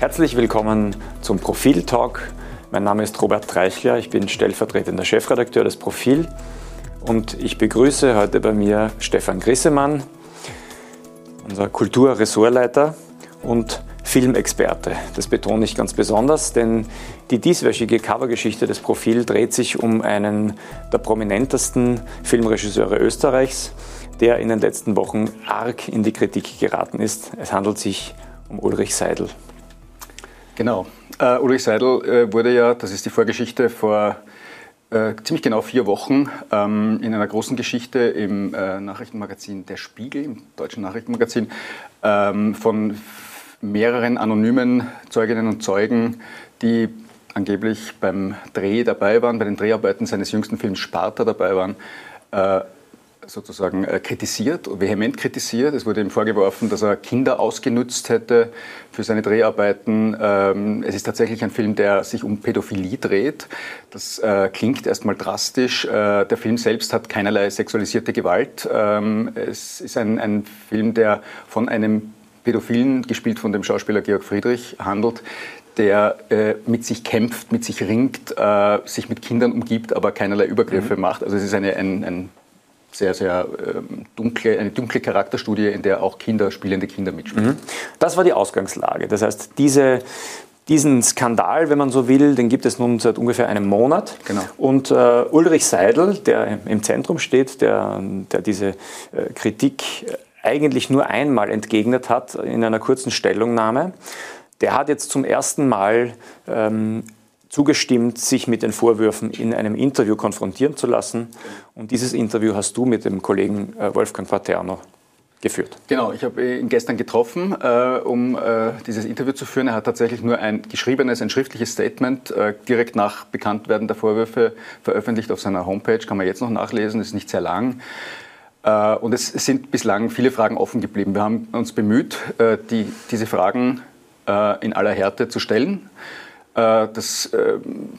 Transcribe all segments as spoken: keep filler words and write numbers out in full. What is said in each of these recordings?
Herzlich willkommen zum Profil-Talk. Mein Name ist Robert Treichler, ich bin stellvertretender Chefredakteur des Profil und ich begrüße heute bei mir Stefan Grissemann, unser Kultur-Ressortleiter und Filmexperte. Das betone ich ganz besonders, denn die dieswöchige Covergeschichte des Profil dreht sich um einen der prominentesten Filmregisseure Österreichs, der in den letzten Wochen arg in die Kritik geraten ist. Es handelt sich um Ulrich Seidel. Genau. Uh, Ulrich Seidel uh, wurde ja, das ist die Vorgeschichte, vor uh, ziemlich genau vier Wochen um, in einer großen Geschichte im uh, Nachrichtenmagazin Der Spiegel, im deutschen Nachrichtenmagazin, um, von mehreren anonymen Zeuginnen und Zeugen, die angeblich beim Dreh dabei waren, bei den Dreharbeiten seines jüngsten Films Sparta dabei waren, uh, sozusagen äh, kritisiert, vehement kritisiert. Es wurde ihm vorgeworfen, dass er Kinder ausgenutzt hätte für seine Dreharbeiten. Ähm, es ist tatsächlich ein Film, der sich um Pädophilie dreht. Das äh, klingt erstmal drastisch. Äh, der Film selbst hat keinerlei sexualisierte Gewalt. Ähm, es ist ein, ein Film, der von einem Pädophilen, gespielt von dem Schauspieler Georg Friedrich, handelt, der äh, mit sich kämpft, mit sich ringt, äh, sich mit Kindern umgibt, aber keinerlei Übergriffe mhm. macht. Also es ist eine, ein, ein sehr, sehr ähm, dunkle, eine dunkle Charakterstudie, in der auch Kinder, spielende Kinder mitspielen. Mhm. Das war die Ausgangslage. Das heißt, diese, diesen Skandal, wenn man so will, den gibt es nun seit ungefähr einem Monat. Genau. Und äh, Ulrich Seidel, der im Zentrum steht, der, der diese äh, Kritik eigentlich nur einmal entgegnet hat in einer kurzen Stellungnahme, der hat jetzt zum ersten Mal ähm, zugestimmt, sich mit den Vorwürfen in einem Interview konfrontieren zu lassen. Und dieses Interview hast du mit dem Kollegen Wolfgang Paterno geführt. Genau, ich habe ihn gestern getroffen, äh, um äh, dieses Interview zu führen. Er hat tatsächlich nur ein geschriebenes, ein schriftliches Statement äh, direkt nach Bekanntwerden der Vorwürfe veröffentlicht auf seiner Homepage. Kann man jetzt noch nachlesen, ist nicht sehr lang. Äh, und es sind bislang viele Fragen offen geblieben. Wir haben uns bemüht, äh, die, diese Fragen äh, in aller Härte zu stellen. Das äh,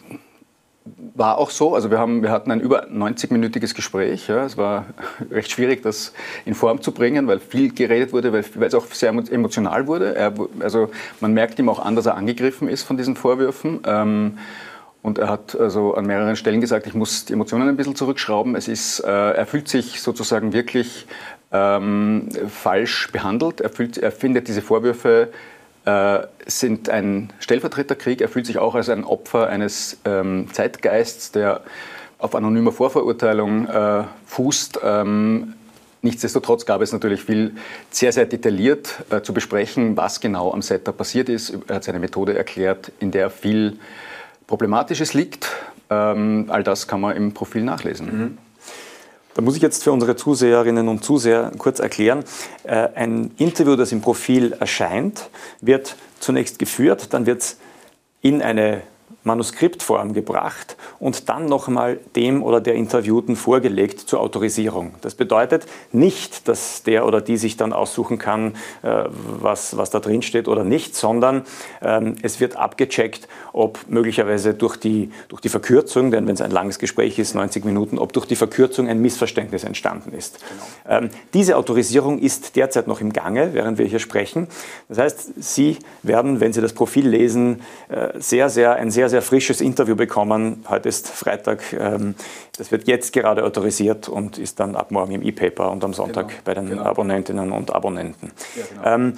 war auch so. Also wir, haben, wir hatten ein über neunzig-minütiges Gespräch. Ja. Es war recht schwierig, das in Form zu bringen, weil viel geredet wurde, weil, weil es auch sehr emotional wurde. Er, also man merkt ihm auch an, dass er angegriffen ist von diesen Vorwürfen. Ähm, und er hat also an mehreren Stellen gesagt, ich muss die Emotionen ein bisschen zurückschrauben. Es ist, äh, er fühlt sich sozusagen wirklich ähm, falsch behandelt. Er, fühlt, er findet diese Vorwürfe sind ein Stellvertreterkrieg. Er fühlt sich auch als ein Opfer eines ähm, Zeitgeists, der auf anonymer Vorverurteilung äh, fußt. Ähm, nichtsdestotrotz gab es natürlich viel sehr, sehr detailliert äh, zu besprechen, was genau am Set da passiert ist. Er hat seine Methode erklärt, in der viel Problematisches liegt. Ähm, all das kann man im Profil nachlesen. Mhm. Da muss ich jetzt für unsere Zuseherinnen und Zuseher kurz erklären. Ein Interview, das im Profil erscheint, wird zunächst geführt, dann wird es in eine Manuskriptform gebracht und dann nochmal dem oder der Interviewten vorgelegt zur Autorisierung. Das bedeutet nicht, dass der oder die sich dann aussuchen kann, was, was da drin steht oder nicht, sondern ähm, es wird abgecheckt, ob möglicherweise durch die, durch die Verkürzung, denn wenn es ein langes Gespräch ist, neunzig Minuten, ob durch die Verkürzung ein Missverständnis entstanden ist. Genau. Ähm, diese Autorisierung ist derzeit noch im Gange, während wir hier sprechen. Das heißt, Sie werden, wenn Sie das Profil lesen, sehr, sehr, ein sehr, sehr frisches Interview bekommen. Heute ist Freitag. Das wird jetzt gerade autorisiert und ist dann ab morgen im E-Paper und am Sonntag genau, bei den genau. Abonnentinnen und Abonnenten. Ja, genau. ähm,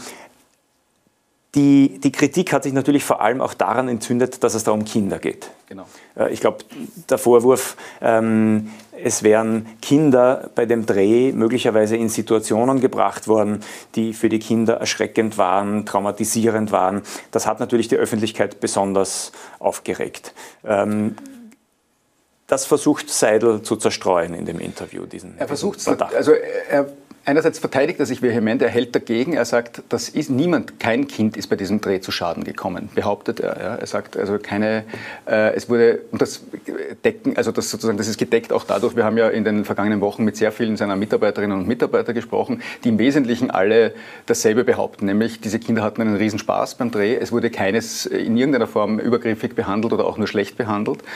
die, die Kritik hat sich natürlich vor allem auch daran entzündet, dass es da um Kinder geht. Genau. Äh, ich glaube, der Vorwurf, ähm, es wären Kinder bei dem Dreh möglicherweise in Situationen gebracht worden, die für die Kinder erschreckend waren, traumatisierend waren. Das hat natürlich die Öffentlichkeit besonders aufgeregt. Ähm, das versucht Seidel zu zerstreuen in dem Interview. Diesen, er versucht es, also er einerseits verteidigt er sich vehement, er hält dagegen, er sagt, das ist niemand, kein Kind ist bei diesem Dreh zu Schaden gekommen, behauptet er. Ja. Er sagt, also keine, äh, es wurde, und das decken, also das sozusagen, das ist gedeckt auch dadurch, wir haben ja in den vergangenen Wochen mit sehr vielen seiner Mitarbeiterinnen und Mitarbeiter gesprochen, die im Wesentlichen alle dasselbe behaupten, nämlich diese Kinder hatten einen Riesenspaß beim Dreh, es wurde keines in irgendeiner Form übergriffig behandelt oder auch nur schlecht behandelt.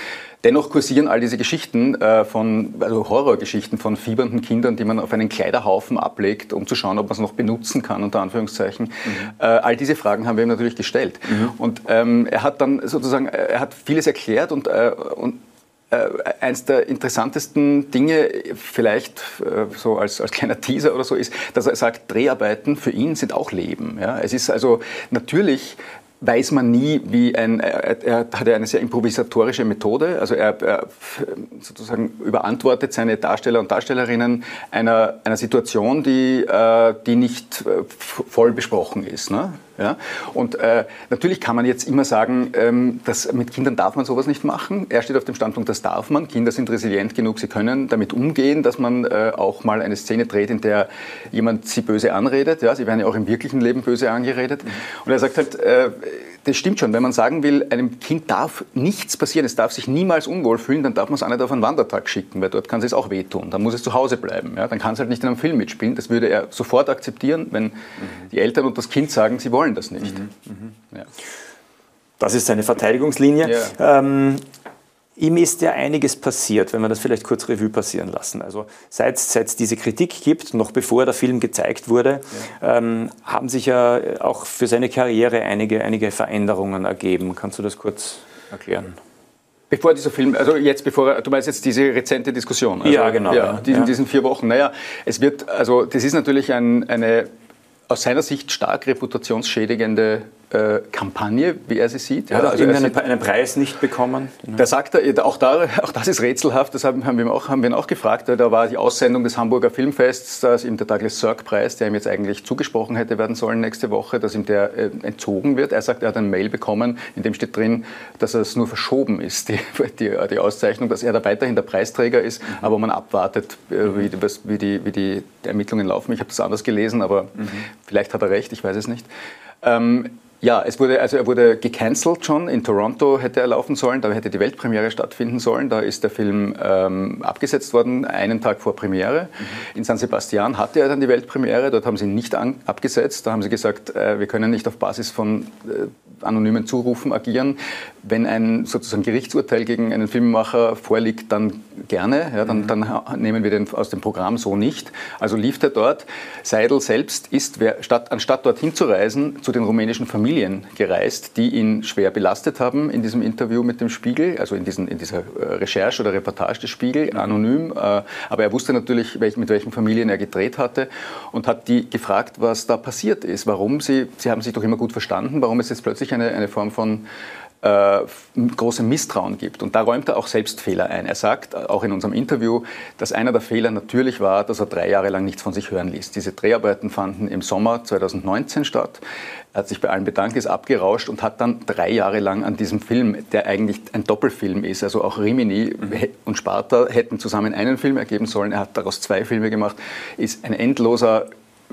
dennoch kursieren all diese Geschichten äh, von, also Horrorgeschichten von fiebernden Kindern, die man auf einen Kleiderhaufen ablegt, um zu schauen, ob man es noch benutzen kann, unter Anführungszeichen. Mhm. Äh, all diese Fragen haben wir ihm natürlich gestellt. Mhm. Und ähm, er hat dann sozusagen, er hat vieles erklärt und, äh, und Äh, eins der interessantesten Dinge, vielleicht äh, so als, als kleiner Teaser oder so, ist, dass er sagt, Dreharbeiten für ihn sind auch Leben. Ja? Es ist also natürlich, weiß man nie, wie ein, er, er hat ja eine sehr improvisatorische Methode, also er, er sozusagen überantwortet seine Darsteller und Darstellerinnen einer, einer Situation, die, äh, die nicht äh, voll besprochen ist. Ne? Ja? Und äh, natürlich kann man jetzt immer sagen, ähm, dass mit Kindern darf man sowas nicht machen. Er steht auf dem Standpunkt, das darf man. Kinder sind resilient genug, sie können damit umgehen, dass man äh, auch mal eine Szene dreht, in der jemand sie böse anredet. Ja? Sie werden ja auch im wirklichen Leben böse angeredet. Mhm. Und er sagt halt, äh, das stimmt schon, wenn man sagen will, einem Kind darf nichts passieren, es darf sich niemals unwohl fühlen, dann darf man es auch nicht auf einen Wandertag schicken, weil dort kann es auch wehtun. Dann muss es zu Hause bleiben. Ja? Dann kann es halt nicht in einem Film mitspielen. Das würde er sofort akzeptieren, wenn mhm. die Eltern und das Kind sagen, sie wollen das nicht. Mhm. Mhm. Ja. Das ist seine Verteidigungslinie. Ja. Ähm, ihm ist ja einiges passiert, wenn wir das vielleicht kurz Revue passieren lassen. Also seit es diese Kritik gibt, noch bevor der Film gezeigt wurde, ja. ähm, haben sich ja auch für seine Karriere einige, einige Veränderungen ergeben. Kannst du das kurz erklären? Bevor dieser Film, also jetzt bevor, du meinst jetzt diese rezente Diskussion? Also, ja, genau. Ja, diesen, ja. diesen vier Wochen. Naja, es wird, also das ist natürlich ein, eine aus seiner Sicht stark reputationsschädigende äh, Kampagne, wie er sie sieht. Hat ja, er also irgendeinen einen Preis nicht bekommen? Da sagt er, auch, da, auch das ist rätselhaft, das haben, haben, wir, auch, haben wir ihn auch gefragt. Da war die Aussendung des Hamburger Filmfests, da ist ihm der Douglas Sirk-Preis, der ihm jetzt eigentlich zugesprochen hätte werden sollen nächste Woche, dass ihm der äh, entzogen wird. Er sagt, er hat ein Mail bekommen, in dem steht drin, dass es nur verschoben ist, die, die, die Auszeichnung, dass er da weiterhin der Preisträger ist, mhm. aber man abwartet, äh, wie, was, wie, die, wie die Ermittlungen laufen. Ich habe das anders gelesen, aber mhm. vielleicht hat er recht, ich weiß es nicht. Ähm, Ja, es wurde, also er wurde gecancelt schon. In Toronto hätte er laufen sollen, da hätte die Weltpremiere stattfinden sollen. Da ist der Film ähm, abgesetzt worden, einen Tag vor Premiere. Mhm. In San Sebastian hatte er dann die Weltpremiere, dort haben sie ihn nicht an, abgesetzt. Da haben sie gesagt, äh, wir können nicht auf Basis von äh, anonymen Zurufen agieren. Wenn ein sozusagen Gerichtsurteil gegen einen Filmemacher vorliegt, dann gerne. Ja, dann, mhm. dann nehmen wir den aus dem Programm so nicht. Also lief er dort. Seidel selbst ist, wer, statt, anstatt dorthin zu reisen, zu den rumänischen Familien gereist, die ihn schwer belastet haben in diesem Interview mit dem Spiegel, also in, diesen, in dieser Recherche oder Reportage des Spiegel, anonym. Aber er wusste natürlich, welch, mit welchen Familien er gedreht hatte und hat die gefragt, was da passiert ist. Warum sie, sie haben sich doch immer gut verstanden, warum es jetzt plötzlich eine, eine Form von äh, großem Misstrauen gibt. Und da räumt er auch selbst Fehler ein. Er sagt, auch in unserem Interview, dass einer der Fehler natürlich war, dass er drei Jahre lang nichts von sich hören ließ. Diese Dreharbeiten fanden im Sommer zweitausendneunzehn statt. Er hat sich bei allen bedankt, ist abgerauscht und hat dann drei Jahre lang an diesem Film, der eigentlich ein Doppelfilm ist, also auch Rimini mhm. und Sparta hätten zusammen einen Film ergeben sollen. Er hat daraus zwei Filme gemacht, ist ein endloser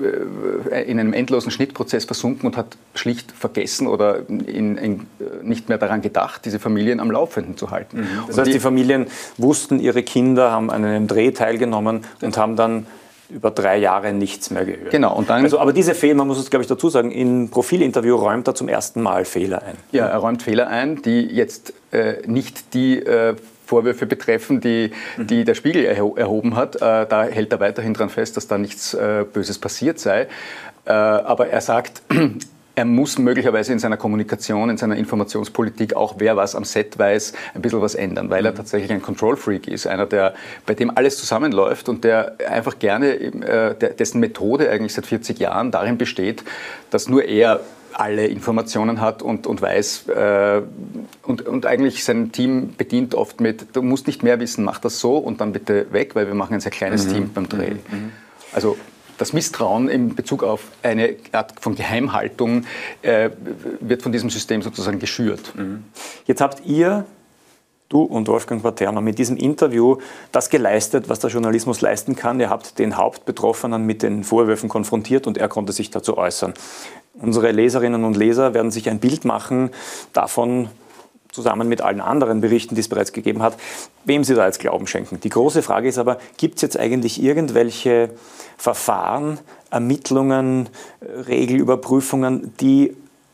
in einem endlosen Schnittprozess versunken und hat schlicht vergessen oder in, in, nicht mehr daran gedacht, diese Familien am Laufenden zu halten. Mhm. Das heißt, die, die Familien wussten, ihre Kinder haben an einem Dreh teilgenommen und haben dann über drei Jahre nichts mehr gehört. Genau. Und dann, also, aber diese Fehler, man muss es, glaube ich, dazu sagen, im Profilinterview räumt er zum ersten Mal Fehler ein. Ja, er räumt Fehler ein, die jetzt äh, nicht die äh, Vorwürfe betreffen, die, die der Spiegel erho- erhoben hat. Äh, da hält er weiterhin daran fest, dass da nichts äh, Böses passiert sei. Äh, aber er sagt, er muss möglicherweise in seiner Kommunikation, in seiner Informationspolitik, auch wer was am Set weiß, ein bisschen was ändern, weil er tatsächlich ein Control-Freak ist, einer, der, bei dem alles zusammenläuft und der einfach gerne, äh, der, dessen Methode eigentlich seit vierzig Jahren darin besteht, dass nur er alle Informationen hat und, und weiß äh, und, und eigentlich sein Team bedient oft mit, du musst nicht mehr wissen, mach das so und dann bitte weg, weil wir machen ein sehr kleines mhm. Team beim Dreh. Mhm. Also das Misstrauen in Bezug auf eine Art von Geheimhaltung äh, wird von diesem System sozusagen geschürt. Mhm. Jetzt habt ihr, du und Wolfgang Paterno, mit diesem Interview das geleistet, was der Journalismus leisten kann. Ihr habt den Hauptbetroffenen mit den Vorwürfen konfrontiert und er konnte sich dazu äußern. Unsere Leserinnen und Leser werden sich ein Bild machen davon, zusammen mit allen anderen Berichten, die es bereits gegeben hat, wem sie da jetzt Glauben schenken. Die große Frage ist aber, gibt es jetzt eigentlich irgendwelche Verfahren, Ermittlungen, Regelüberprüfungen, die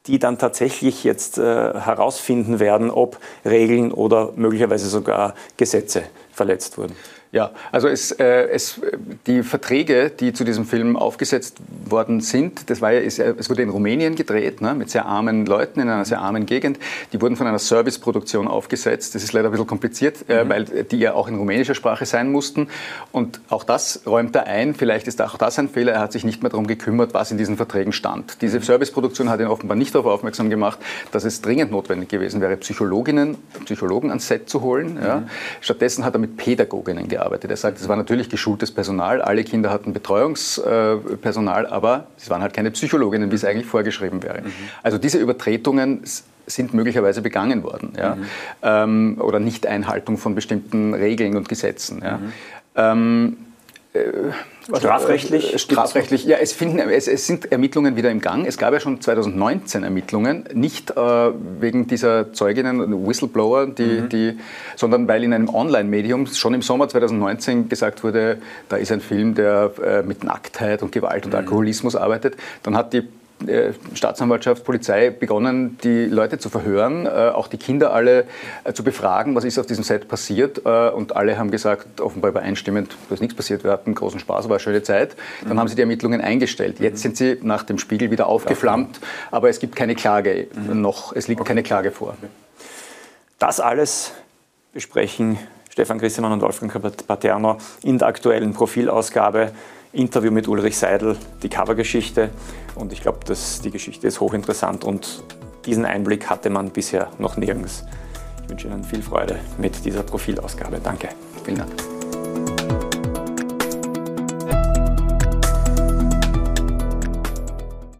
die dann tatsächlich jetzt äh, herausfinden werden, ob Regeln oder möglicherweise sogar Gesetze verletzt wurden. Ja, also es, äh, es, die Verträge, die zu diesem Film aufgesetzt worden sind, das war ja, es, es wurde in Rumänien gedreht, ne, mit sehr armen Leuten in einer sehr armen Gegend. Die wurden von einer Serviceproduktion aufgesetzt. Das ist leider ein bisschen kompliziert, äh, mhm. weil die ja auch in rumänischer Sprache sein mussten. Und auch das räumt er ein. Vielleicht ist auch das ein Fehler. Er hat sich nicht mehr darum gekümmert, was in diesen Verträgen stand. Diese Serviceproduktion hat ihn offenbar nicht darauf aufmerksam gemacht, dass es dringend notwendig gewesen wäre, Psychologinnen, Psychologen ans Set zu holen. Ja. Mhm. Stattdessen hat er mit Pädagoginnen gearbeitet. Er sagt, es war natürlich geschultes Personal, alle Kinder hatten Betreuungspersonal, aber es waren halt keine Psychologinnen, wie es eigentlich vorgeschrieben wäre. Mhm. Also diese Übertretungen sind möglicherweise begangen worden, ja? mhm. ähm, oder Nichteinhaltung von bestimmten Regeln und Gesetzen. Ja? Mhm. Ähm, äh, Strafrechtlich? Strafrechtlich, ja, es, finden, es, es sind Ermittlungen wieder im Gang. Es gab ja schon zweitausendneunzehn Ermittlungen, nicht äh, wegen dieser Zeuginnen, Whistleblower, die, mhm. die, sondern weil in einem Online-Medium schon im Sommer zweitausendneunzehn gesagt wurde, da ist ein Film, der äh, mit Nacktheit und Gewalt und mhm. Alkoholismus arbeitet. Dann hat die Staatsanwaltschaft, Polizei begonnen, die Leute zu verhören, äh, auch die Kinder alle äh, zu befragen, was ist auf diesem Set passiert. Äh, und alle haben gesagt, offenbar übereinstimmend, da ist nichts passiert, wir hatten großen Spaß, war eine schöne Zeit. Dann mhm. haben sie die Ermittlungen eingestellt. Jetzt sind sie nach dem Spiegel wieder aufgeflammt, aber es gibt keine Klage mhm. noch, es liegt okay. keine Klage vor. Das alles besprechen Stefan Grissemann und Wolfgang Paterno in der aktuellen Profilausgabe. Interview mit Ulrich Seidel, die Covergeschichte. Und ich glaube, die Geschichte ist hochinteressant und diesen Einblick hatte man bisher noch nirgends. Ich wünsche Ihnen viel Freude mit dieser Profilausgabe. Danke. Vielen Dank.